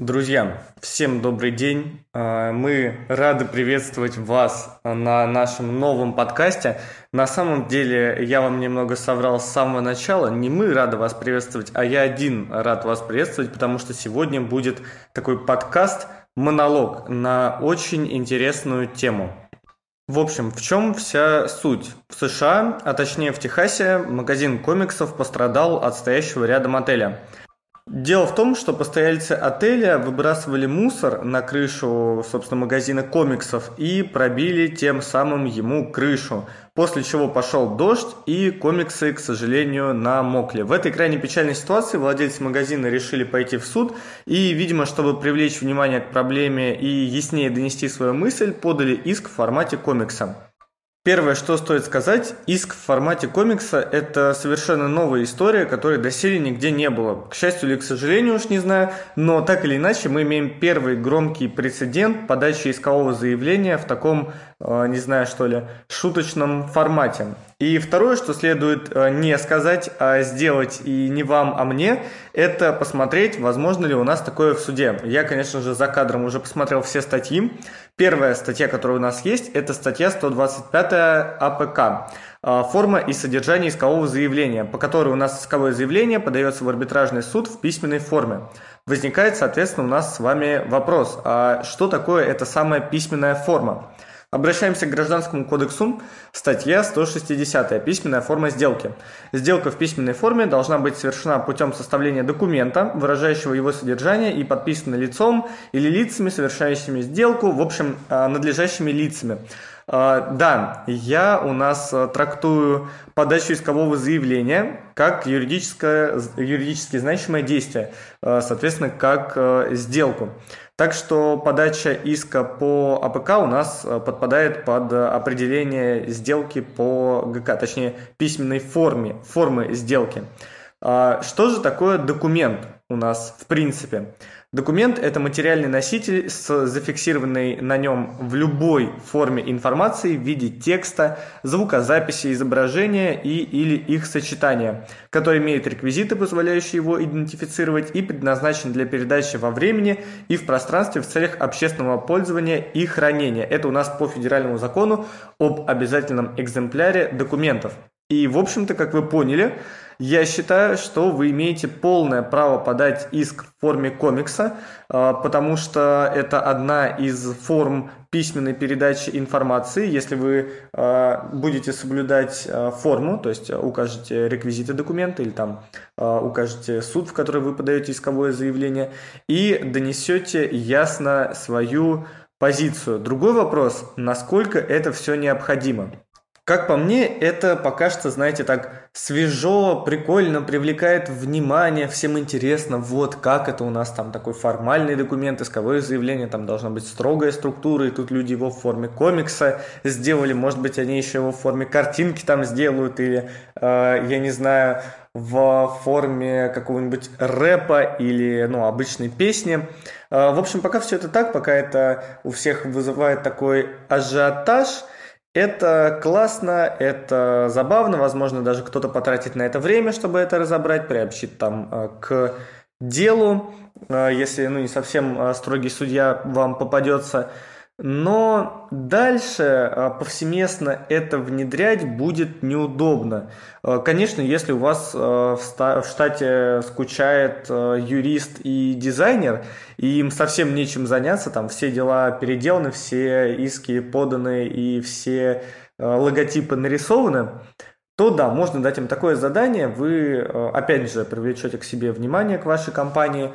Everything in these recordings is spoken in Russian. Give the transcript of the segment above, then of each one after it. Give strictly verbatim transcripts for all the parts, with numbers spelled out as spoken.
Друзья, всем добрый день. А, Мы рады приветствовать вас на нашем новом подкасте. На самом деле, я вам немного соврал с самого начала. Не мы рады вас приветствовать, а я один рад вас приветствовать, потому что сегодня будет такой подкаст-монолог на очень интересную тему. В общем, в чем вся суть? В США, а точнее в Техасе, магазин комиксов пострадал от стоящего рядом отеля. Дело в том, что постояльцы отеля выбрасывали мусор на крышу, собственно, магазина комиксов и пробили тем самым ему крышу, после чего пошел дождь и комиксы, к сожалению, намокли. В этой крайне печальной ситуации владельцы магазина решили пойти в суд и, видимо, чтобы привлечь внимание к проблеме и яснее донести свою мысль, подали иск в формате комикса. Первое, что стоит сказать, иск в формате комикса – это совершенно новая история, которой доселе нигде не было. К счастью или к сожалению, уж не знаю, но так или иначе мы имеем первый громкий прецедент подачи искового заявления в таком, э, не знаю что ли, шуточном формате. И второе, что следует э, не сказать, а сделать и не вам, а мне, это посмотреть, возможно ли у нас такое в суде. Я, конечно же, за кадром уже посмотрел все статьи. Первая статья, которая у нас есть, это статья сто двадцать пятая АПК. Форма и содержание искового заявления, по которой у нас исковое заявление подается в арбитражный суд в письменной форме. Возникает, соответственно, у нас с вами вопрос, а что такое эта самая письменная форма? Обращаемся к Гражданскому кодексу, статья сто шестидесятая, письменная форма сделки. Сделка в письменной форме должна быть совершена путем составления документа, выражающего его содержание и подписана лицом или лицами, совершающими сделку, в общем, надлежащими лицами. Да, я у нас трактую подачу искового заявления как юридическое, юридически значимое действие, соответственно, как сделку. Так что подача иска по АПК у нас подпадает под определение сделки по ГК, точнее письменной форме, формы сделки. Что же такое документ у нас в принципе? Документ – это материальный носитель с зафиксированной на нем в любой форме информации в виде текста, звукозаписи, изображения и или их сочетания, который имеет реквизиты, позволяющие его идентифицировать, и предназначен для передачи во времени и в пространстве в целях общественного пользования и хранения. Это у нас по федеральному закону об обязательном экземпляре документов. И, в общем-то, как вы поняли, я считаю, что вы имеете полное право подать иск в форме комикса, потому что это одна из форм письменной передачи информации. Если вы будете соблюдать форму, то есть укажете реквизиты документа или там укажете суд, в который вы подаете исковое заявление, и донесете ясно свою позицию. Другой вопрос, насколько это все необходимо. Как по мне, это пока что, знаете, так свежо, прикольно, привлекает внимание, всем интересно, вот как это у нас там такой формальный документ, исковое заявление, там должна быть строгая структура, и тут люди его в форме комикса сделали, может быть, они еще его в форме картинки там сделают, или, э, я не знаю, в форме какого-нибудь рэпа или, ну, обычной песни. Э, в общем, пока все это так, пока это у всех вызывает такой ажиотаж. Это классно, это забавно, возможно, даже кто-то потратит на это время, чтобы это разобрать, приобщит там к делу, если, ну, не совсем строгий судья вам попадется. Но дальше повсеместно это внедрять будет неудобно. Конечно, если у вас в штате скучает юрист и дизайнер, и им совсем нечем заняться, там все дела переделаны, все иски поданы и все логотипы нарисованы, то да, можно дать им такое задание, вы опять же привлечете к себе внимание, к вашей компании,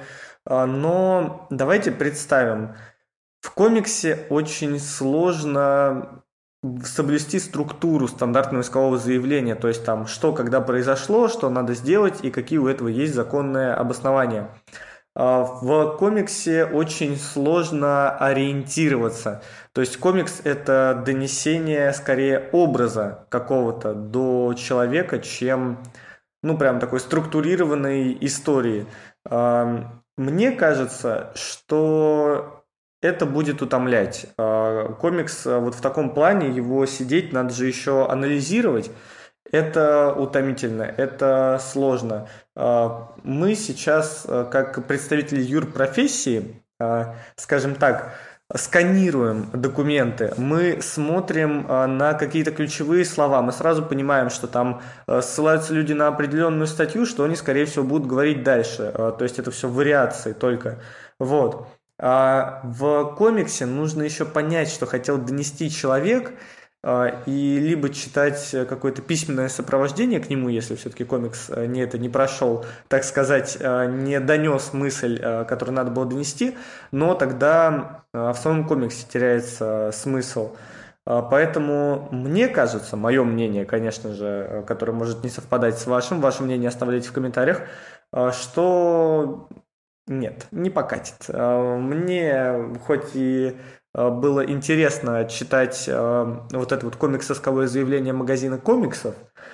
но давайте представим, в комиксе очень сложно соблюсти структуру стандартного искового заявления, то есть там что, когда произошло, что надо сделать и какие у этого есть законные обоснования. В комиксе очень сложно ориентироваться, то есть комикс – это донесение скорее образа какого-то до человека, чем, ну, прям такой структурированной истории. Мне кажется, что это будет утомлять. Комикс вот в таком плане, его сидеть, надо же еще анализировать. Это утомительно, это сложно. А, Мы сейчас, а, как представители юрпрофессии, а, скажем так, сканируем документы, мы смотрим а, на какие-то ключевые слова, мы сразу понимаем, что там а, ссылаются люди на определенную статью, что они, скорее всего, будут говорить дальше. А, То есть это все вариации только. Вот. А в комиксе нужно еще понять, что хотел донести человек, а, и либо читать э, какое-то письменное сопровождение к нему, если все-таки комикс э, не это не прошел, так сказать, э, не донес мысль, э, которую надо было донести, но тогда э, в самом комиксе теряется смысл. А, Поэтому мне кажется, мое мнение, конечно же, э, которое может не совпадать с вашим, ваше мнение оставляйте в комментариях, э, что нет, не покатит. А, Мне хоть и а, было интересно читать а, вот это вот комиксовское заявление магазина комиксов,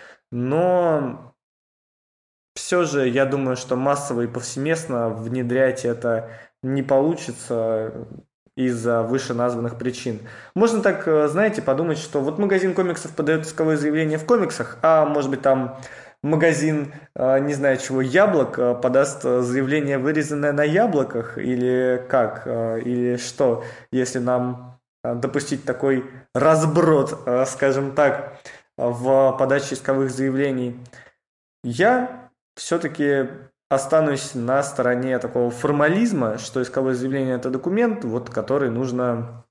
но все же я думаю, что массово и повсеместно внедрять это не получится из-за вышеназванных причин. Можно так, э, знаете, подумать, что вот магазин комиксов подает исковое заявление в комиксах, а может быть там магазин, э, не знаю чего, яблок э, подаст э, заявление, вырезанное на яблоках, или как, э, или что, если нам э, допустить такой разброд, э, скажем так, в подаче исковых заявлений. Я все-таки останусь на стороне такого формализма, что исковое заявление – это документ, вот, который нужно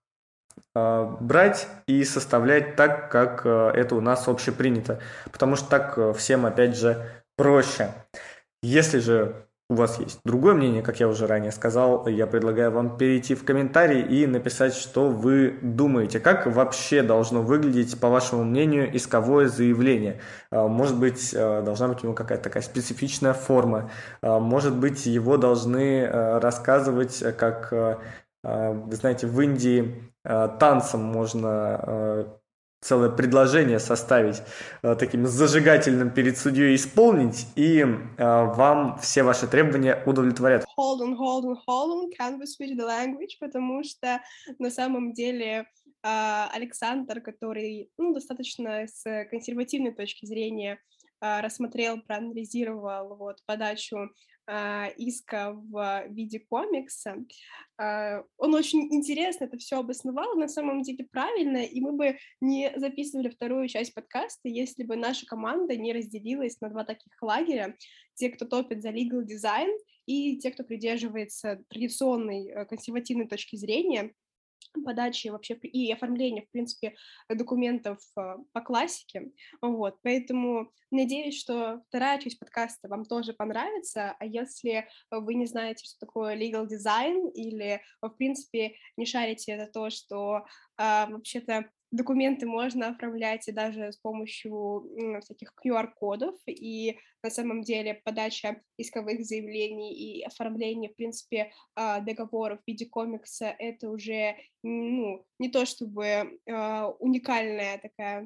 э, брать и составлять так, как э, это у нас общепринято, потому что так э, всем, опять же, проще. Если же у вас есть другое мнение, как я уже ранее сказал, я предлагаю вам перейти в комментарии и написать, что вы думаете, как вообще должно выглядеть, по вашему мнению, исковое заявление. А, Может быть, э, должна быть у него какая-то такая специфичная форма, А, может быть, его должны э, рассказывать, э, как, э, э, вы знаете, в Индии э, танцем можно э, целое предложение составить, э, таким зажигательным перед судьей исполнить, и э, вам все ваши требования удовлетворят. Hold on, hold on, hold on, can we switch the language, потому что на самом деле а, Александр, который ну, достаточно с консервативной точки зрения а, рассмотрел, проанализировал вот, подачу а, иска в виде комикса, а, он очень интересно это все обосновал, на самом деле правильно, и мы бы не записывали вторую часть подкаста, если бы наша команда не разделилась на два таких лагеря, те, кто топит за legal design, и те, кто придерживается традиционной э, консервативной точки зрения подачи вообще и оформления, в принципе, документов э, по классике. Вот. Поэтому надеюсь, что вторая часть подкаста вам тоже понравится, а если вы не знаете, что такое legal design или, в принципе, не шарите за то, что а, вообще-то документы можно оформлять и даже с помощью м, всяких ку ар-кодов, и на самом деле подача исковых заявлений и оформление, в принципе, а, договоров в виде комикса — это уже ну, не то чтобы э, уникальная такая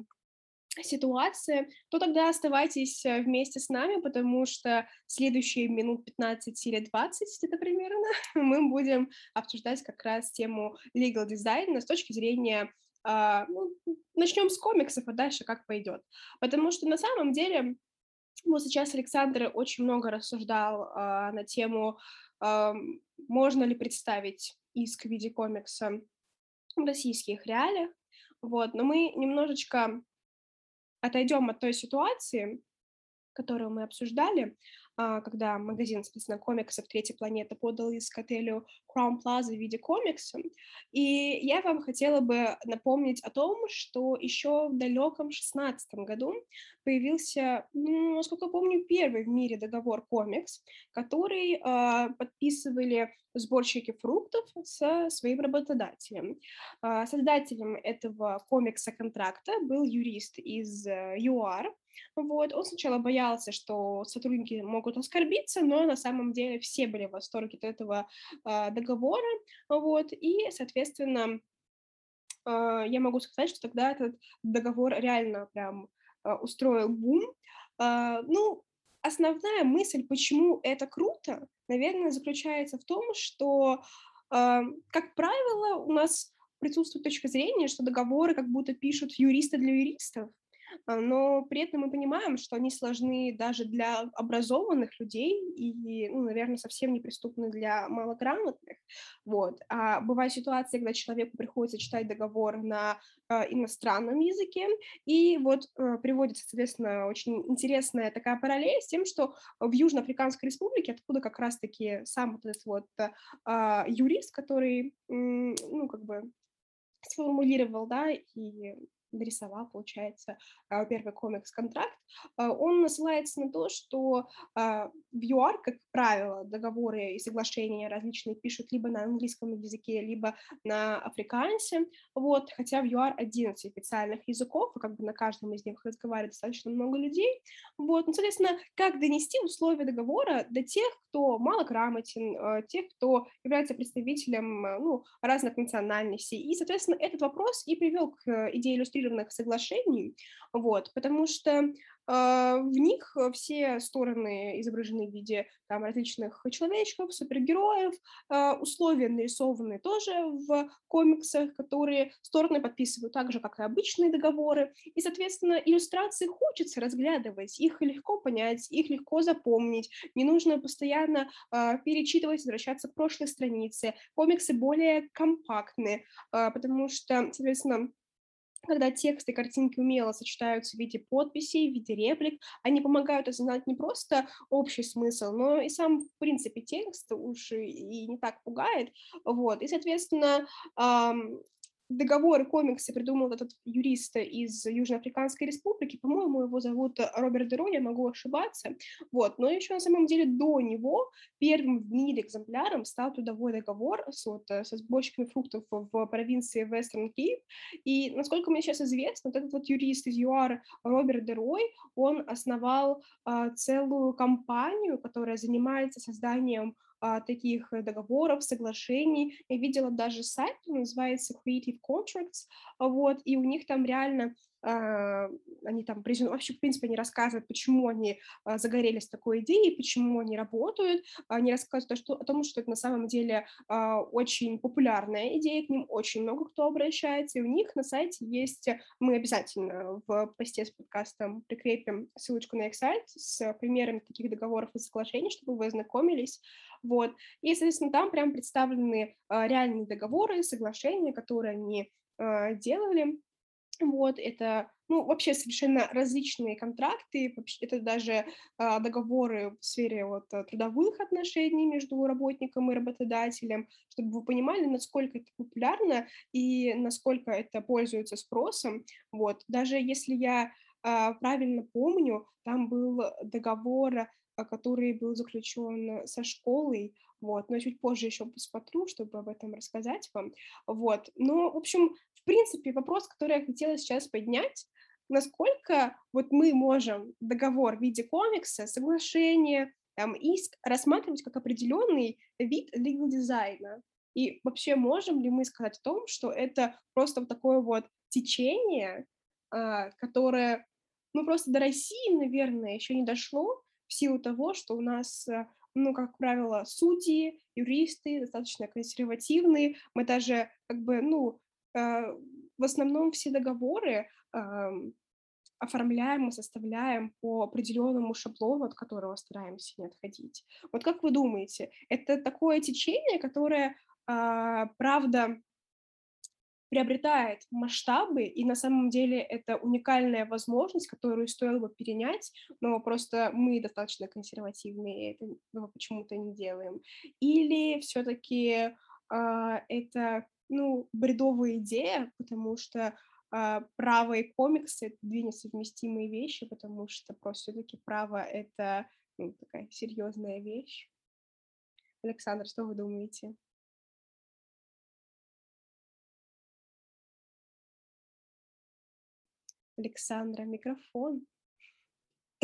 ситуация, то тогда оставайтесь э, вместе с нами, потому что следующие минут пятнадцать или двадцать где-то примерно мы будем обсуждать как раз тему legal design с точки зрения а, ну, начнем с комиксов, а дальше как пойдет. Потому что на самом деле вот сейчас Александр очень много рассуждал а, на тему, ам, можно ли представить иск в виде комикса в российских реалиях, вот, но мы немножечко отойдем от той ситуации, которую мы обсуждали, а, когда магазин, соответственно, комиксов «Третья планета» подал иск отелю Crown Plaza в виде комикса. И я вам хотела бы напомнить о том, что еще в далеком шестнадцатом году появился, ну, насколько помню, первый в мире договор комикс, который а, подписывали сборщики фруктов со своим работодателем. А, Создателем этого комикса-контракта был юрист из э, ЮАР. Вот. Он сначала боялся, что сотрудники могут оскорбиться, но на самом деле все были в восторге от этого а, договора. Вот. И, соответственно, а, я могу сказать, что тогда этот договор реально прям а, устроил бум. А, ну, основная мысль, почему это круто, наверное, заключается в том, что, а, как правило, у нас присутствует точка зрения, что договоры как будто пишут юристы для юристов. а, но при этом мы понимаем, что они сложны даже для образованных людей и, ну, наверное, совсем неприступны для малограмотных. Вот. А бывают ситуации, когда человеку приходится читать договор на а, иностранном языке, и вот э, приводится, соответственно, очень интересная такая параллель с тем, что в Южноафриканской республике, откуда как раз-таки сам вот этот вот э, а, юрист, который, м, ну, как бы сформулировал, да, и нарисовал, получается, а, первый комикс-контракт, а, он ссылается на то, что а, в ЮАР, как правило, договоры и соглашения различные пишут либо на английском языке, либо на африкаансе, вот, хотя в ЮАР одиннадцать официальных языков, и как бы на каждом из них разговаривает достаточно много людей, вот, ну, соответственно, как донести условия договора до тех, кто малограмотен, э, тех, кто является представителем, э, ну, разных национальностей. И, соответственно, этот вопрос и привел к э, идее иллюстрированных соглашений, вот, потому что а, в них э, все стороны изображены в виде там различных человечков, супергероев, а, условия нарисованы тоже в комиксах, которые стороны подписывают так же, как и обычные договоры, и, соответственно, иллюстрации хочется разглядывать, их легко понять, их легко запомнить, не нужно постоянно а, перечитывать, возвращаться к прошлой странице. Комиксы более компактные, а, потому что, соответственно, когда текст и картинки умело сочетаются в виде подписей, в виде реплик, они помогают осознать не просто общий смысл, но и сам, в принципе, текст уж и и не так пугает. Вот. И, соответственно, ам, договоры, комиксы придумал этот юрист из Южноафриканской республики. По-моему, его зовут э, Роберт Деро, я могу ошибаться. Вот. Но еще на самом деле до него первым в мире экземпляром стал трудовой договор с, вот, э, со сборщиками фруктов в провинции Вестерн Кейп, и, насколько мне сейчас известно, вот этот вот юрист из ЮАР Роберт Дерой, он основал а, целую компанию, которая занимается созданием а, таких э, договоров, соглашений. Я видела даже сайт, он называется Creative Contracts, а, вот, и у них там реально а, они там, презен- вообще, в принципе, они рассказывают, почему они а, загорелись такой идеей, почему они работают, они рассказывают о, что, о том, что это на самом деле а, очень популярная идея, к ним очень много кто обращается, и у них на сайте есть, э, мы обязательно в посте с подкастом прикрепим ссылочку на их сайт с примерами таких договоров и соглашений, чтобы вы ознакомились, вот, и, соответственно, там прям представлены а, реальные договоры, соглашения, которые они а, делали, вот, это, ну, вообще совершенно различные контракты, вообще это даже а, договоры в сфере вот а, трудовых отношений между работником и работодателем, чтобы вы понимали, насколько это популярно и насколько это пользуется спросом. Вот, даже если я а, правильно помню, там был договор, а, который был заключен со школой, вот, но чуть позже еще посмотрю, чтобы об этом рассказать вам. Вот, но, в общем, в принципе, вопрос, который я хотела сейчас поднять, насколько вот мы можем договор в виде комикса, соглашение, там, иск рассматривать как определенный вид legal дизайна. И вообще можем ли мы сказать о том, что это просто вот такое вот течение, а, которое, ну, просто до России, наверное, еще не дошло в силу того, что у нас, а, ну, как правило, судьи, юристы достаточно консервативные. Мы даже как бы, ну, э, в основном все договоры, ам, оформляем и составляем по определенному шаблону, от которого стараемся не отходить. Вот как вы думаете, это такое течение, которое, а, правда, приобретает масштабы, и на самом деле это уникальная возможность, которую стоило бы перенять, но просто мы достаточно консервативные, и это ну, почему-то не делаем. Или все-таки а, это, ну, бредовая идея, потому что а, право и комиксы — это две несовместимые вещи, потому что просто все-таки право — это, ну, такая серьезная вещь. Александр, что вы думаете? Александра, микрофон.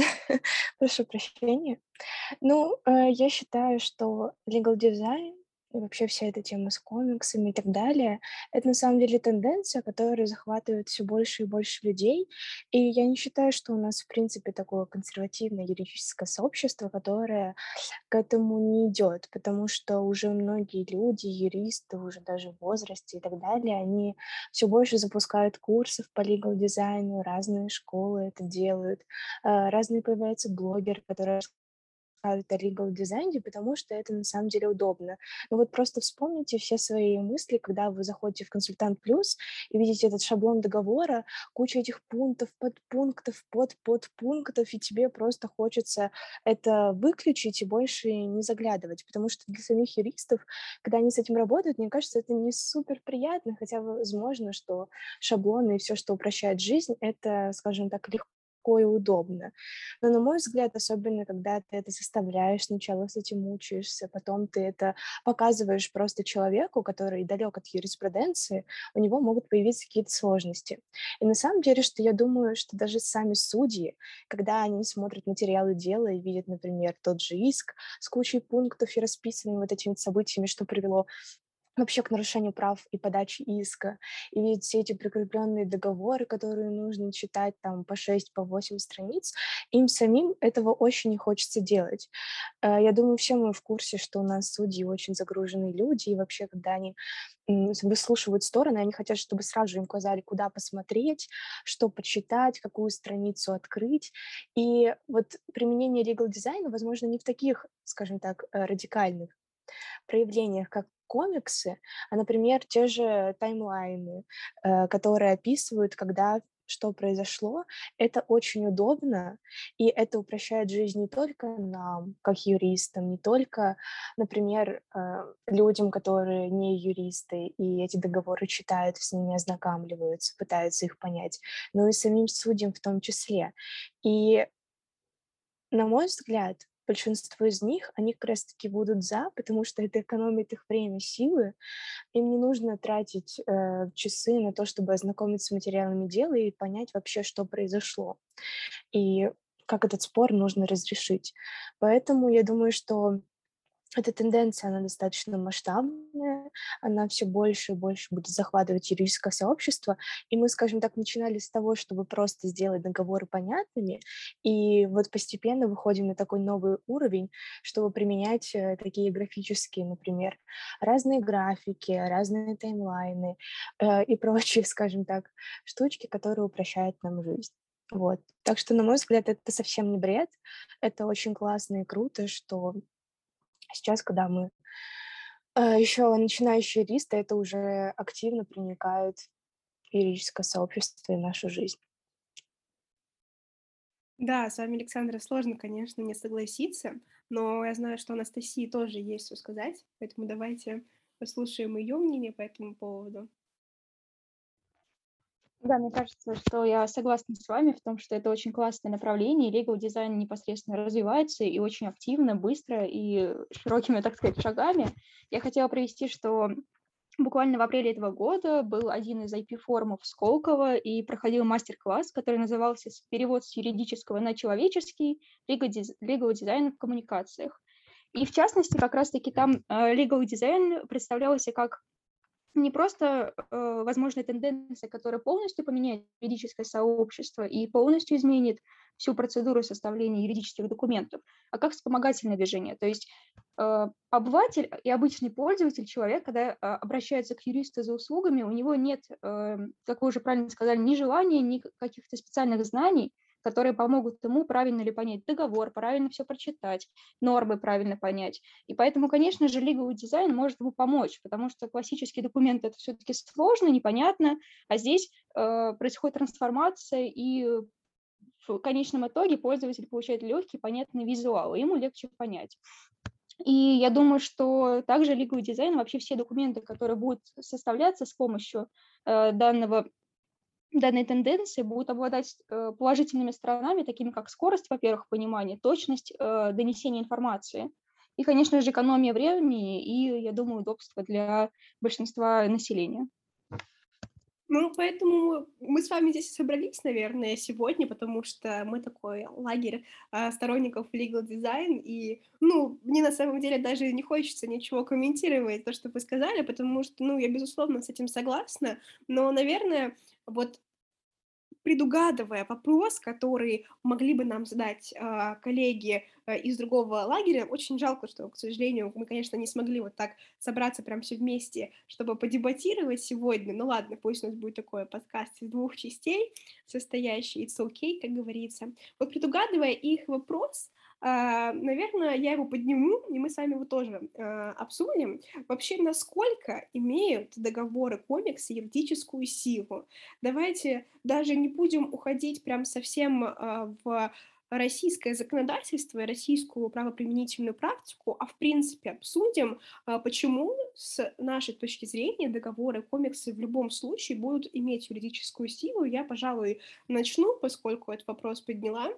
Прошу прощения. Ну, э, я считаю, что legal design и вообще вся эта тема с комиксами и так далее. Это на самом деле тенденция, которая захватывает все больше и больше людей. И я не считаю, что у нас, в принципе, такое консервативное юридическое сообщество, которое к этому не идет, потому что уже многие люди, юристы, уже даже в возрасте и так далее, они все больше запускают курсов по legal дизайну, разные школы это делают, э, разные появляются блогеры, которые рассказывают о legal дизайне, потому что это на самом деле удобно. Но вот просто вспомните все свои мысли, когда вы заходите в «Консультант Плюс» и видите этот шаблон договора, куча этих пунктов, подпунктов, под подпунктов, и тебе просто хочется это выключить и больше не заглядывать, потому что для самих юристов, когда они с этим работают, мне кажется, это не супер приятно, хотя возможно, что шаблоны и все, что упрощает жизнь, это, скажем так, легко и удобно. Но, на мой взгляд, особенно когда ты это составляешь, сначала с этим мучаешься, потом ты это показываешь просто человеку, который далек от юриспруденции, у него могут появиться какие-то сложности. И на самом деле, что я думаю, что даже сами судьи, когда они смотрят материалы дела и видят, например, тот же иск с кучей пунктов и расписанными вот этими событиями, что привело вообще к нарушению прав и подаче иска, и видеть все эти прикрепленные договоры, которые нужно читать там по шесть, по восемь страниц, им самим этого очень не хочется делать. Э, Я думаю, все мы в курсе, что у нас судьи очень загруженные люди, и вообще, когда они м, выслушивают стороны, они хотят, чтобы сразу же им сказали, куда посмотреть, что почитать, какую страницу открыть. И вот применение legal дизайна, возможно, не в таких, скажем так, э, радикальных проявлениях, как комиксы, а, например, те же таймлайны, э, которые описывают, когда что произошло. Это очень удобно, и это упрощает жизнь не только нам, как юристам, не только, например, э, людям, которые не юристы, и эти договоры читают, с ними ознакомливаются, пытаются их понять, но и самим судьям в том числе. И на мой взгляд, большинство из них, они как раз таки будут за, потому что это экономит их время, силы. Им не нужно тратить, э, часы на то, чтобы ознакомиться с материалами дела и понять вообще, что произошло, и как этот спор нужно разрешить. Поэтому я думаю, что эта тенденция, она достаточно масштабная, она все больше и больше будет захватывать юридическое сообщество. И мы, скажем так, начинали с того, чтобы просто сделать договоры понятными, и вот постепенно выходим на такой новый уровень, чтобы применять э, такие графические, например, разные графики, разные таймлайны э, и прочие, скажем так, штучки, которые упрощают нам жизнь. Вот. Так что, на мой взгляд, это совсем не бред. Это очень классно и круто, что сейчас, когда мы э, еще начинающие юристы, это уже активно проникает в юридическое сообщество и нашу жизнь. Да, с вами, Александра, сложно, конечно, не согласиться, но я знаю, что у Анастасии тоже есть что сказать, поэтому давайте послушаем ее мнение по этому поводу. Да, мне кажется, что я согласна с вами в том, что это очень классное направление, и legal дизайн непосредственно развивается и очень активно, быстро и широкими, так сказать, шагами. Я хотела привести, что буквально в апреле этого года был один из ай пи-форумов в Сколково, и проходил мастер-класс, который назывался «Перевод с юридического на человеческий. Legal диз- legal дизайн в коммуникациях». И в частности, как раз-таки там э, legal дизайн представлялся как не просто, э, возможная тенденция, которая полностью поменяет юридическое сообщество и полностью изменит всю процедуру составления юридических документов, а как вспомогательное движение. То есть э, обыватель и обычный пользователь, человек, когда э, обращается к юристу за услугами, у него нет, э, как вы уже правильно сказали, ни желания, ни каких-то специальных знаний, которые помогут ему правильно ли понять договор, правильно все прочитать, нормы правильно понять. И поэтому, конечно же, legal дизайн может ему помочь, потому что классические документы это все-таки сложно, непонятно, а здесь э, происходит трансформация, и в конечном итоге пользователь получает легкий, понятный визуал, и ему легче понять. И я думаю, что также legal дизайн, вообще все документы, которые будут составляться с помощью э, данного данной тенденции будут обладать э, положительными сторонами, такими как скорость, во-первых, понимания, точность э, донесения информации и, конечно же, экономия времени и, я думаю, удобство для большинства населения. Ну, поэтому мы с вами здесь и собрались, наверное, сегодня, потому что мы такой лагерь а, сторонников legal design, и, ну, мне на самом деле даже не хочется ничего комментировать, то, что вы сказали, потому что, ну, я, безусловно, с этим согласна, но, наверное, вот предугадывая вопрос, который могли бы нам задать а, коллеги а, из другого лагеря, очень жалко, что, к сожалению, мы, конечно, не смогли вот так собраться прям все вместе, чтобы подебатировать сегодня. Ну ладно, пусть у нас будет такой подкаст из двух частей, состоящий it's okay, как говорится. Вот предугадывая их вопрос, а, наверное, я его подниму, и мы с вами его тоже а, обсудим. Вообще, насколько имеют договоры комикса юридическую силу? Давайте даже не будем уходить прям совсем а, в российское законодательство и российскую правоприменительную практику, а в принципе обсудим, а, почему с нашей точки зрения договоры, комиксы в любом случае будут иметь юридическую силу. Я, пожалуй, начну, поскольку этот вопрос подняла.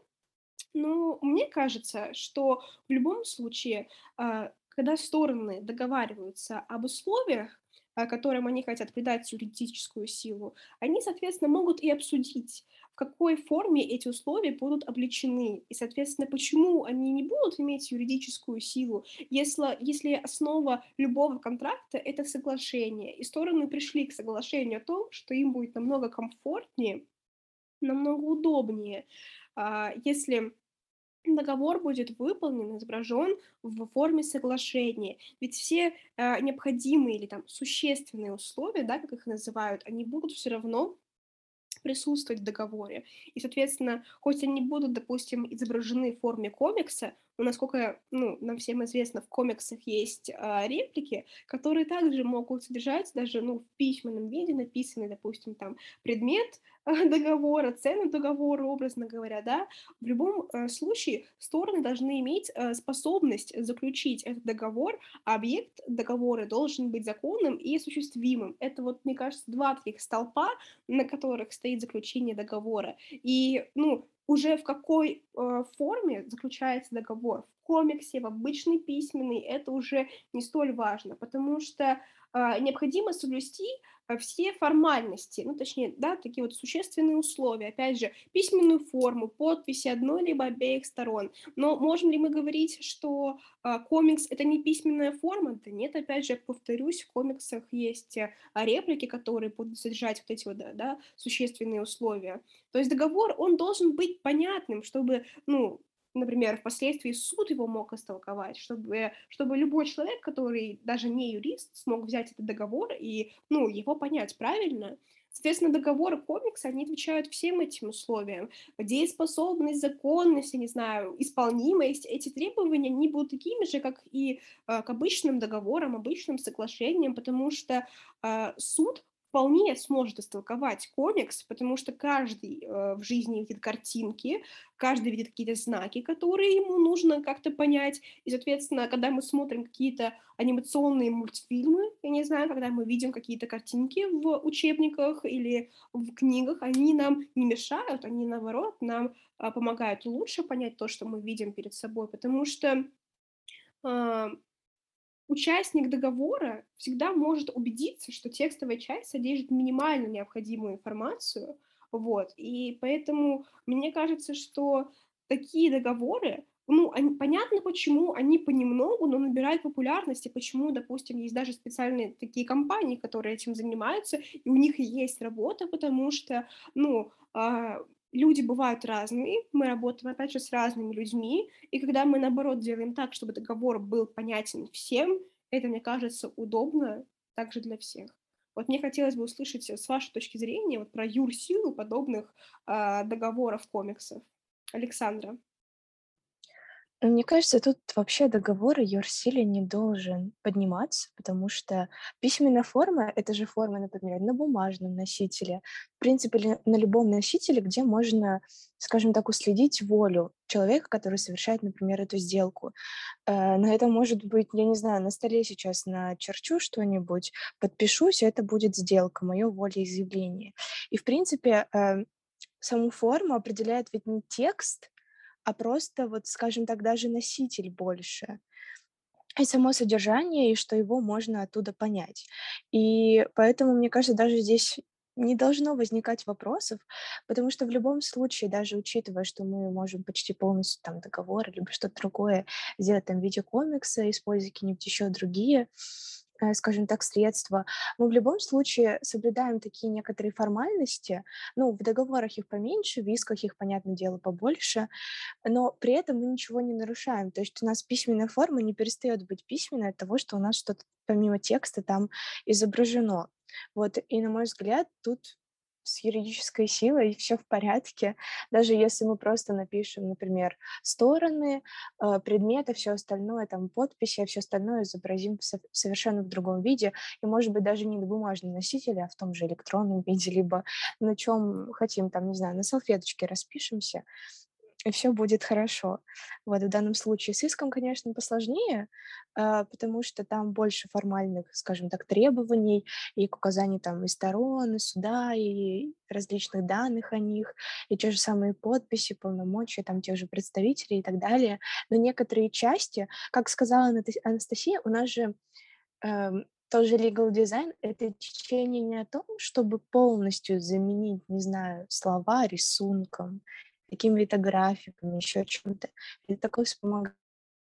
Ну, мне кажется, что в любом случае, а, когда стороны договариваются об условиях, а, которым они хотят придать юридическую силу, они, соответственно, могут и обсудить, в какой форме эти условия будут обличены, и, соответственно, почему они не будут иметь юридическую силу, если, если основа любого контракта — это соглашение, и стороны пришли к соглашению о том, что им будет намного комфортнее, намного удобнее, а, если договор будет выполнен, изображен в форме соглашения. Ведь все э, необходимые или там существенные условия, да, как их называют, они будут все равно присутствовать в договоре. И, соответственно, хоть они будут, допустим, изображены в форме комикса, но, насколько ну, нам всем известно, в комиксах есть а, реплики, которые также могут содержать даже ну, в письменном виде, написанный, допустим, там предмет а, договора, цены договора, образно говоря, да. В любом а, случае стороны должны иметь а, способность заключить этот договор, а объект договора должен быть законным и осуществимым. Это вот, мне кажется, два таких столпа, на которых стоит заключение договора. И, ну, уже в какой э, форме заключается договор, в комиксе, в обычный письменный, это уже не столь важно, потому что э, необходимо соблюсти э, все формальности, ну, точнее, да, такие вот существенные условия, опять же, письменную форму, подписи одной либо обеих сторон. Но можем ли мы говорить, что э, комикс — это не письменная форма? Да нет, опять же, повторюсь, в комиксах есть э, реплики, которые будут содержать вот эти вот, да, да, существенные условия. То есть договор, он должен быть понятным, чтобы, ну, например, впоследствии суд его мог истолковать, чтобы, чтобы любой человек, который даже не юрист, смог взять этот договор и, ну, его понять правильно. Соответственно, договоры комикса, они отвечают всем этим условиям. Дееспособность, законность, я не знаю, исполнимость, эти требования, они будут такими же, как и э, к обычным договорам, обычным соглашениям, потому что э, суд вполне сможет истолковать комикс, потому что каждый э, в жизни видит картинки, каждый видит какие-то знаки, которые ему нужно как-то понять. И, соответственно, когда мы смотрим какие-то анимационные мультфильмы, я не знаю, когда мы видим какие-то картинки в учебниках или в книгах, они нам не мешают, они, наоборот, нам а, помогают лучше понять то, что мы видим перед собой, потому что а, участник договора всегда может убедиться, что текстовая часть содержит минимально необходимую информацию, вот, и поэтому мне кажется, что такие договоры, ну, они, понятно, почему они понемногу, но набирают популярность, и почему, допустим, есть даже специальные такие компании, которые этим занимаются, и у них и есть работа, потому что, ну, а, люди бывают разные, мы работаем, опять же, с разными людьми, и когда мы, наоборот, делаем так, чтобы договор был понятен всем, это, мне кажется, удобно также для всех. Вот мне хотелось бы услышать с вашей точки зрения вот про юрсилу подобных а, договоров комиксов. Александра. Ну, мне кажется, тут вообще договор о юрсиле не должен подниматься, потому что письменная форма — это же форма, например, на бумажном носителе, в принципе, ли- на любом носителе, где можно, скажем так, уследить волю человека, который совершает, например, эту сделку. Э, Но это может быть, я не знаю, на столе сейчас начерчу что-нибудь, подпишусь, и это будет сделка, мое волеизъявление. И, в принципе, э, саму форму определяет ведь не текст, а просто, вот, скажем так, даже носитель больше. И само содержание, и что его можно оттуда понять. И поэтому, мне кажется, даже здесь не должно возникать вопросов, потому что в любом случае, даже учитывая, что мы можем почти полностью там договор либо что-то другое сделать там в виде комикса, используя какие-нибудь еще другие, э, скажем так, средства, мы в любом случае соблюдаем такие некоторые формальности. Ну, в договорах их поменьше, в исках их, понятное дело, побольше, но при этом мы ничего не нарушаем. То есть у нас письменная форма не перестает быть письменной от того, что у нас что-то помимо текста там изображено. Вот, и, на мой взгляд, тут с юридической силой все в порядке. Даже если мы просто напишем, например, стороны, э, предметы, все остальное, там, подписи, а все остальное изобразим в со- совершенно в другом виде, и, может быть, даже не на бумажном носителе, а в том же электронном виде, либо на чем хотим, там, не знаю, на салфеточке распишемся, и все будет хорошо. Вот в данном случае с иском, конечно, посложнее, а, потому что там больше формальных, скажем так, требований и к указанию там и сторон, и суда, и различных данных о них, и те же самые подписи, полномочия там тех же представителей и так далее. Но некоторые части, как сказала Анатас Анастасия, у нас же, эм, тоже legal design — это течение не о том, чтобы полностью заменить, не знаю, слова рисунком, какими-то графиками, еще чем-то. Это такой вспомогательный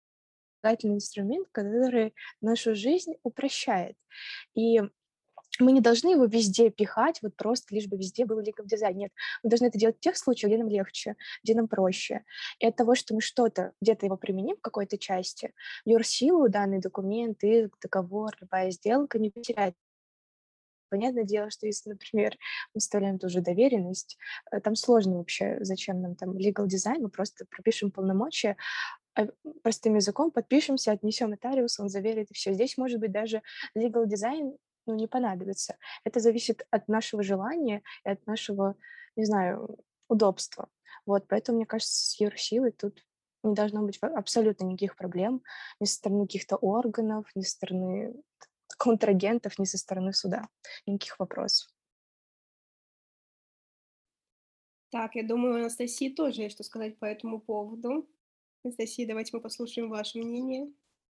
инструмент, который нашу жизнь упрощает. И мы не должны его везде пихать, вот просто лишь бы везде был legal design. Нет, мы должны это делать в тех случаях, где нам легче, где нам проще. И от того, что мы что-то, где-то его применим в какой-то части, юрсилу данный документ, и договор, любая сделка не потеряет. Понятное дело, что если, например, мы вставляем ту же доверенность, э, там сложно вообще, зачем нам там legal design, мы просто пропишем полномочия, а, простым языком подпишемся, отнесем нотариусу, он заверит, и все. Здесь, может быть, даже legal design, ну, не понадобится. Это зависит от нашего желания и от нашего, не знаю, удобства. Вот, поэтому, мне кажется, с юрсилой тут не должно быть во абсолютно никаких проблем ни со стороны каких-то органов, ни со стороны контрагентов, ни со стороны суда. Никаких вопросов. Так, я думаю, у Анастасии тоже есть что сказать по этому поводу. Анастасия, давайте мы послушаем ваше мнение.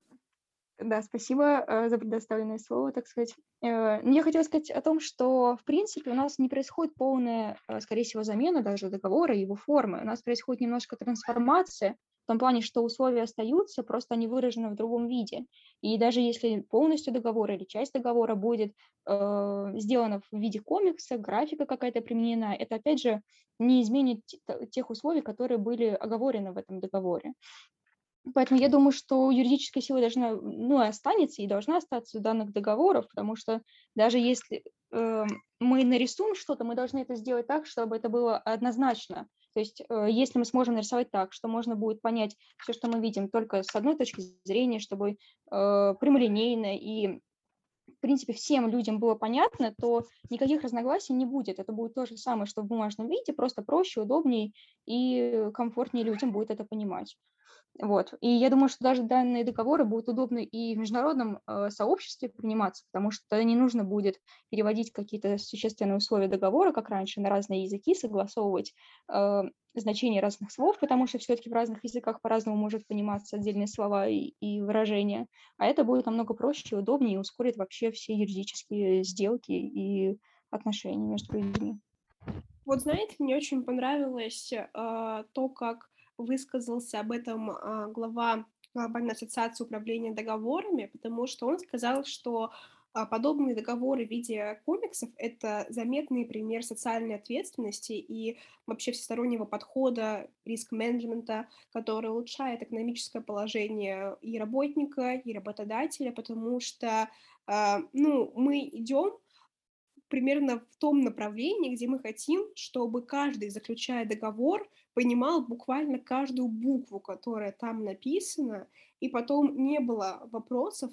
Да, спасибо э, за предоставленное слово, так сказать. Э, ну, я хотела сказать о том, что, в принципе, у нас не происходит полная, э, скорее всего, замена даже договора и его формы. У нас происходит немножко трансформация в том плане, что условия остаются, просто они выражены в другом виде. И даже если полностью договор или часть договора будет э, сделана в виде комикса, графика какая-то применена, это, опять же, не изменит те- тех условий, которые были оговорены в этом договоре. Поэтому я думаю, что юридическая сила должна, ну, и останется, и должна остаться у данных договоров, потому что даже если э, мы нарисуем что-то, мы должны это сделать так, чтобы это было однозначно. То есть э, если мы сможем нарисовать так, что можно будет понять все, что мы видим, только с одной точки зрения, чтобы э, прямолинейно и, в принципе, всем людям было понятно, то никаких разногласий не будет. Это будет то же самое, что в бумажном виде, просто проще, удобнее и комфортнее людям будет это понимать. Вот. И я думаю, что даже данные договоры будут удобны и в международном э, сообществе приниматься, потому что не нужно будет переводить какие-то существенные условия договора, как раньше, на разные языки, согласовывать э, значения разных слов, потому что все-таки в разных языках по-разному может пониматься отдельные слова и, и выражения. А это будет намного проще, удобнее и ускорит вообще все юридические сделки и отношения между людьми. Вот знаете, мне очень понравилось э, то, как высказался об этом э, глава Глобальной ассоциации управления договорами, потому что он сказал, что а, подобные договоры в виде комиксов — это заметный пример социальной ответственности и вообще всестороннего подхода, риск-менеджмента, который улучшает экономическое положение и работника, и работодателя, потому что а, ну, мы идем примерно в том направлении, где мы хотим, чтобы каждый, заключая договор, понимал буквально каждую букву, которая там написана, и потом не было вопросов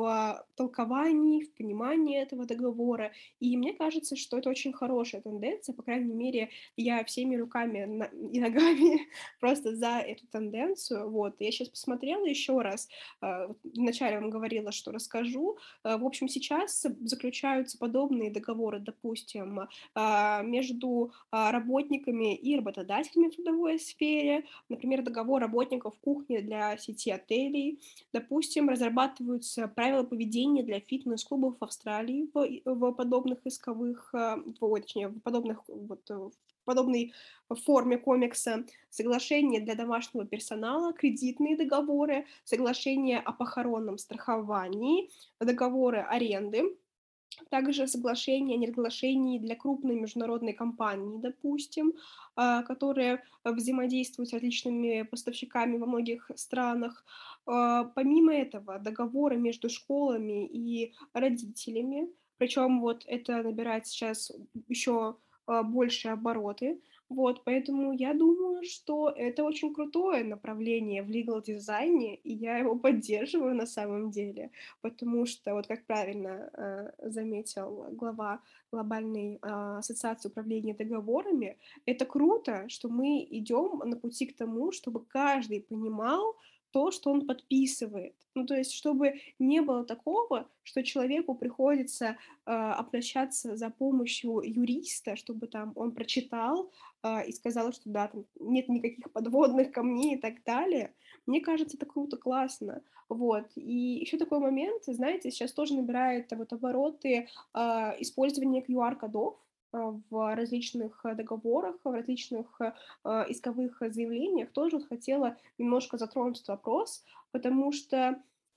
в толковании, в понимании этого договора. И мне кажется, что это очень хорошая тенденция, по крайней мере, я всеми руками на- и ногами просто за эту тенденцию. Вот. Я сейчас посмотрела еще раз, э, вот вначале вам говорила, что расскажу. Э, В общем, сейчас заключаются подобные договоры, допустим, а, между а, работниками и работодателями в трудовой сфере, например, договор работников кухни для сети отелей Австралии. Допустим, разрабатываются правила поведения для фитнес-клубов в Австралии в, в подобных исковых, э, в, точнее, в подобных вот, э, в подобной форме комикса, соглашения для домашнего персонала, кредитные договоры, соглашения о похоронном страховании, договоры аренды, также соглашения о неразглашении для крупной международной компании, допустим, а, которые взаимодействуют с различными поставщиками во многих странах. А, Помимо этого, договоры между школами и родителями, причем вот это набирает сейчас еще больше обороты. Вот, поэтому я думаю, что это очень крутое направление в legal дизайне, и я его поддерживаю на самом деле. Потому что, вот как правильно э, заметил глава глобальной э, ассоциации управления договорами, это круто, что мы идем на пути к тому, чтобы каждый понимал то, что он подписывает. Ну, то есть, чтобы не было такого, что человеку приходится э, обращаться за помощью юриста, чтобы там он прочитал э, и сказал, что да, там нет никаких подводных камней и так далее. Мне кажется, это круто, классно. Вот. И еще такой момент, знаете, сейчас тоже набирает вот обороты а, использование q ар-кодов а, в различных а, договорах, в различных а, исковых заявлениях. Тоже вот хотела немножко затронуть этот вопрос, потому что, э,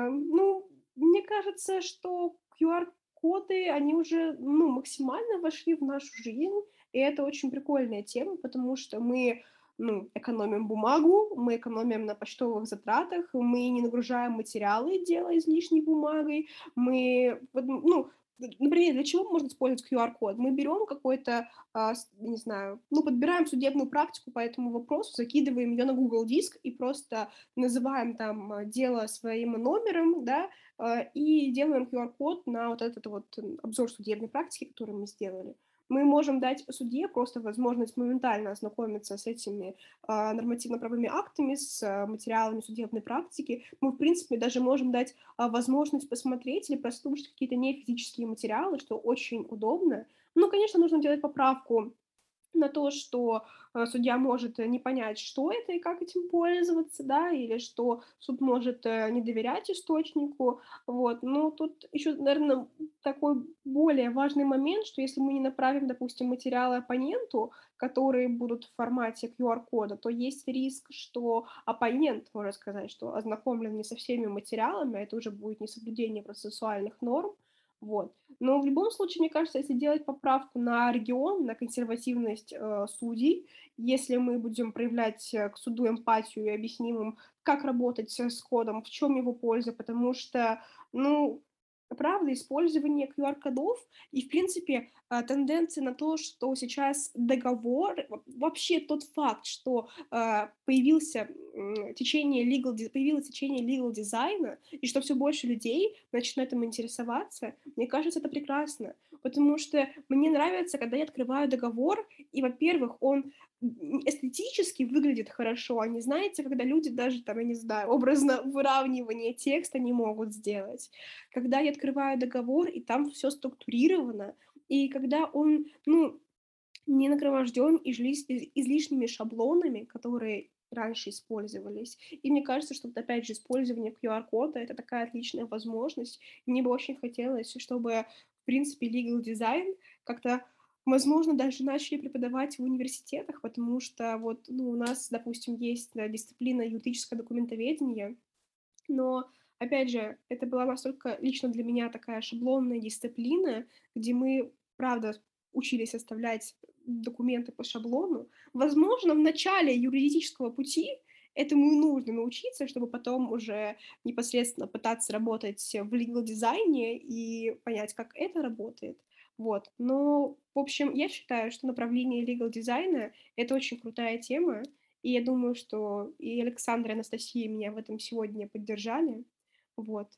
ну, мне кажется, что q ар-коды, они уже, ну, максимально вошли в нашу жизнь, и это очень прикольная тема, потому что мы ну, экономим бумагу, мы экономим на почтовых затратах, мы не нагружаем материалы, делая излишней бумагой, мы, ну, например, для чего можно использовать q ар-код? Мы берем какой-то, а, не знаю, ну, подбираем судебную практику по этому вопросу, закидываем ее на Google Диск и просто называем там дело своим номером, да, и делаем q ар-код на вот этот вот обзор судебной практики, который мы сделали. Мы можем дать судье просто возможность моментально ознакомиться с этими э, нормативно-правовыми актами, с э, материалами судебной практики. Мы, в принципе, даже можем дать э, возможность посмотреть или прослушать какие-то нефизические материалы, что очень удобно. Ну, конечно, нужно делать поправку на то, что э, судья может не понять, что это и как этим пользоваться, да, или что суд может э, не доверять источнику, вот, но тут еще, наверное, такой более важный момент, что если мы не направим, допустим, материалы оппоненту, которые будут в формате q ар-кода, то есть риск, что оппонент может сказать, что ознакомлен не со всеми материалами, а это уже будет несоблюдение процессуальных норм, вот. Но в любом случае, мне кажется, если делать поправку на регион, на консервативность э, судей, если мы будем проявлять э, к суду эмпатию и объясним им, как работать с кодом, в чем его польза, потому что, ну, правда, использование q ар-кодов и, в принципе, э, тенденция на то, что сейчас договор, вообще тот факт, что э, появился э, течение legal, появилось течение legal дизайна, и что все больше людей начинают им интересоваться, мне кажется, это прекрасно, потому что мне нравится, когда я открываю договор, и, во-первых, он эстетически выглядит хорошо, а не знаете, когда люди даже, там, я не знаю, образно выравнивание текста не могут сделать. Когда я открываю договор, и там все структурировано, и когда он, ну, не нагроможден излишними шаблонами, которые раньше использовались. И мне кажется, что, вот, опять же, использование q ар-кода — это такая отличная возможность. Мне бы очень хотелось, чтобы, в принципе, legal дизайн как-то, возможно, даже начали преподавать в университетах, потому что вот, ну, у нас, допустим, есть да, дисциплина юридическое документоведение, но, опять же, это была настолько лично для меня такая шаблонная дисциплина, где мы, правда, учились составлять документы по шаблону. Возможно, в начале юридического пути этому и нужно научиться, чтобы потом уже непосредственно пытаться работать в legal дизайне и понять, как это работает. Вот. Но, в общем, я считаю, что направление legal дизайна — это очень крутая тема, и я думаю, что и Александра, и Анастасия меня в этом сегодня поддержали. Вот.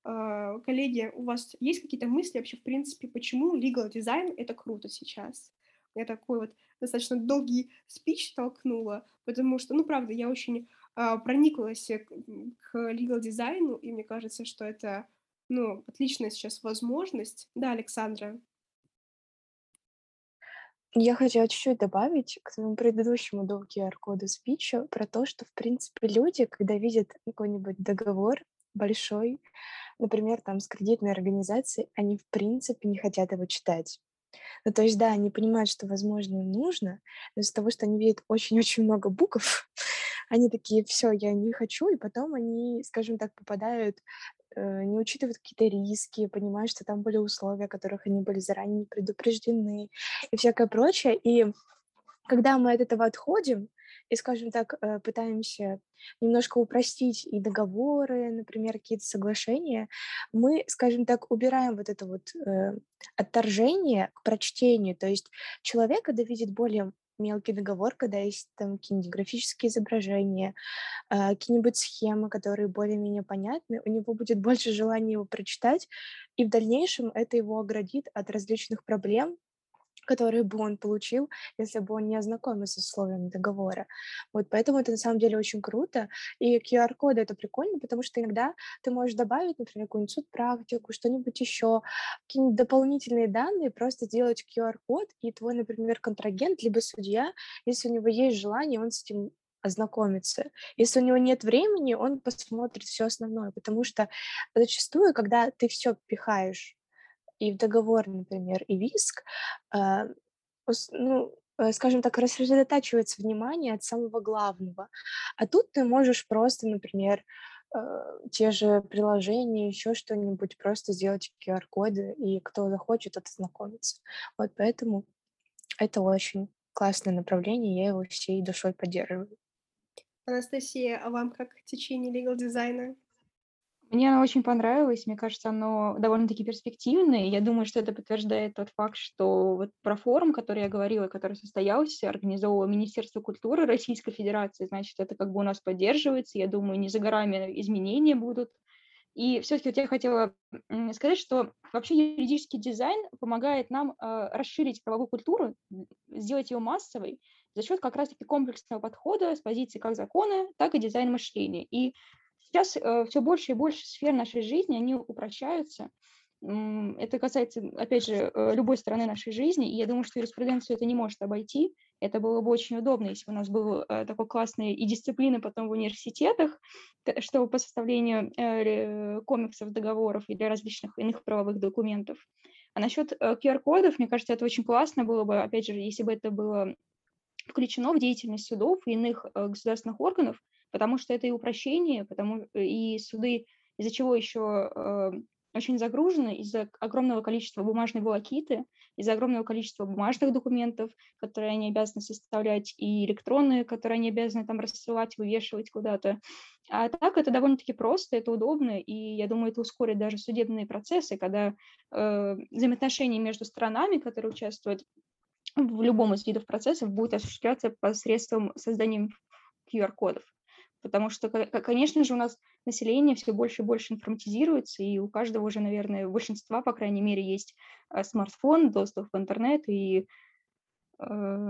А, коллеги, у вас есть какие-то мысли вообще, в принципе, почему legal дизайн — это круто сейчас? Я такой вот достаточно долгий спич толкнула, потому что, ну, правда, я очень а, прониклась к, к legal дизайну, и мне кажется, что это, ну, отличная сейчас возможность. Да, Александра? Я хотела чуть-чуть добавить к твоему предыдущему до Q R-кода спичу про то, что, в принципе, люди, когда видят какой-нибудь договор большой, например, там с кредитной организацией, они, в принципе, не хотят его читать. Ну, то есть, да, они понимают, что, возможно, им нужно, но из-за того, что они видят очень-очень много букв, они такие: "Всё, я не хочу". И потом они, скажем так, попадают, э, не учитывают какие-то риски, понимают, что там были условия, о которых они были заранее не предупреждены и всякое прочее. И когда мы от этого отходим и, скажем так, э, пытаемся немножко упростить и договоры, например, какие-то соглашения, мы, скажем так, убираем вот это вот, э, отторжение к прочтению. То есть человек, когда видит более мелкий договор, когда есть там какие-нибудь графические изображения, а, какие-нибудь схемы, которые более-менее понятны, у него будет больше желания его прочитать, и в дальнейшем это его оградит от различных проблем, которые бы он получил, если бы он не ознакомился с условиями договора. Вот поэтому это на самом деле очень круто. И Q R-коды — это прикольно, потому что иногда ты можешь добавить, например, какую-нибудь судпрактику, что-нибудь еще, какие-нибудь дополнительные данные, просто сделать Q R-код, и твой, например, контрагент либо судья, если у него есть желание, он с этим ознакомится. Если у него нет времени, он посмотрит все основное, потому что зачастую, когда ты все пихаешь и в договор, например, и в иск, а, ус ну, э, скажем так, рассредотачивается внимание от самого главного. А тут ты можешь просто, например, э, те же приложения, еще что-нибудь, просто сделать Q R-коды, и кто захочет, тот ознакомится. Вот поэтому это очень классное направление, я его всей душой поддерживаю. Анастасия, а вам как течение legal дизайна? Мне оно очень понравилось. Мне кажется, оно довольно-таки перспективное. И я думаю, что это подтверждает тот факт, что вот про форум, который я говорила, который состоялся, организовывало Министерство культуры Российской Федерации, значит, это как бы у нас поддерживается. Я думаю, не за горами изменения будут. И все-таки вот я хотела м, сказать, что вообще юридический дизайн помогает нам э, расширить правовую культуру, м, сделать ее массовой за счет как раз-таки комплексного подхода с позиции как закона, так и дизайн мышления. И сейчас э, все больше и больше сфер нашей жизни, они упрощаются. М, Это касается, опять же, э, любой стороны нашей жизни, и я думаю, что юриспруденцию это не может обойти. Это было бы очень удобно, если бы у нас был э, такой классный и дисциплины потом в университетах, т- что по составлению э, ре- комиксов, договоров или различных иных правовых документов. А насчет э, Q R-кодов, мне кажется, это очень классно было бы, опять же, если бы это было включено в деятельность судов и иных э, государственных органов, потому что это и упрощение, потому э, и суды, из-за чего еще э, очень загружены, из-за огромного количества бумажной волокиты, из-за огромного количества бумажных документов, которые они обязаны составлять, и электронные, которые они обязаны там рассылать, вывешивать куда-то. А так это довольно-таки просто, это удобно, и я думаю, это ускорит даже судебные процессы, когда э, взаимоотношения между сторонами, которые участвуют в любом из видов процессов будет осуществляться посредством создания Q R-кодов. Потому что, конечно же, у нас население все больше и больше информатизируется, и у каждого уже, наверное, у большинства, по крайней мере, есть э, смартфон, доступ в интернет, и э,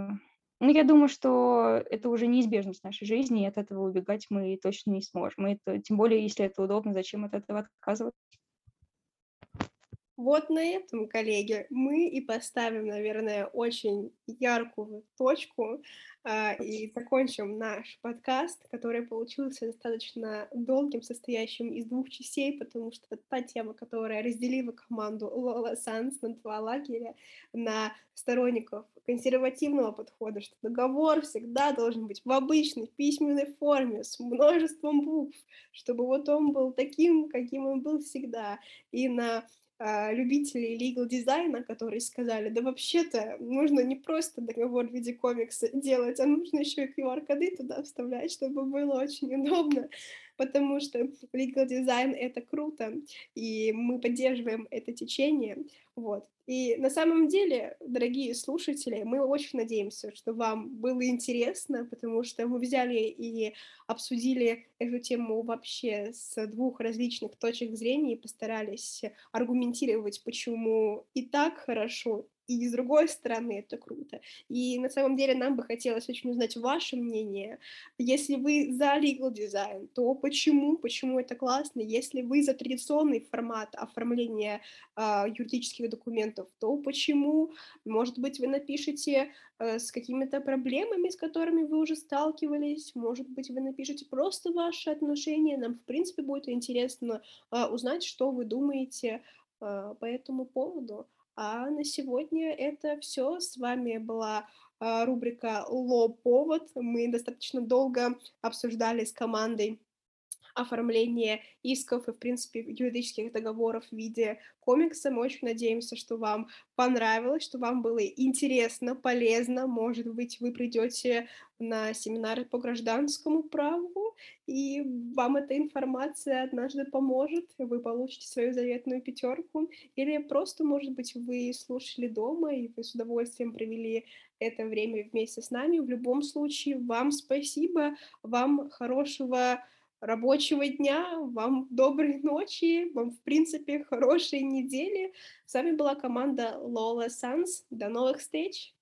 ну, я думаю, что это уже неизбежность нашей жизни, и от этого убегать мы точно не сможем. И это, тем более, если это удобно, зачем от этого отказываться? Вот на этом, коллеги, мы и поставим, наверное, очень яркую точку, а, и закончим наш подкаст, который получился достаточно долгим, состоящим из двух частей, потому что это та тема, которая разделила команду Лола Санс на два лагеря, на сторонников консервативного подхода, что договор всегда должен быть в обычной письменной форме с множеством букв, чтобы вот он был таким, каким он был всегда, и на а, любителей legal дизайна, которые сказали, да вообще-то нужно не просто договор в виде комикса делать, а нужно еще и Q R-коды туда вставлять, чтобы было очень удобно, потому что legal дизайн — это круто, и мы поддерживаем это течение, вот. И на самом деле, дорогие слушатели, мы очень надеемся, что вам было интересно, потому что мы взяли и обсудили эту тему вообще с двух различных точек зрения и постарались аргументировать, почему и так хорошо, и с другой стороны это круто. И на самом деле нам бы хотелось очень узнать ваше мнение. Если вы за legal design, то почему? Почему это классно? Если вы за традиционный формат оформления а, юридических документов, то почему? Может быть, вы напишите э, с какими-то проблемами, с которыми вы уже сталкивались. Может быть, вы напишите просто ваши отношения. Нам, в принципе, будет интересно э, узнать, что вы думаете э, по этому поводу. А на сегодня это все. С вами была а, рубрика «Ло-повод». Мы достаточно долго обсуждали с командой оформление исков и, в принципе, юридических договоров в виде комикса. Мы очень надеемся, что вам понравилось, что вам было интересно, полезно. Может быть, вы придете на семинары по гражданскому праву, и вам эта информация однажды поможет, вы получите свою заветную пятерку. Или просто, может быть, вы слушали дома, и вы с удовольствием провели это время вместе с нами. В любом случае, вам спасибо, вам хорошего рабочего дня, вам доброй ночи, вам, в принципе, хорошей недели. С вами была команда Lola Sans. До новых встреч!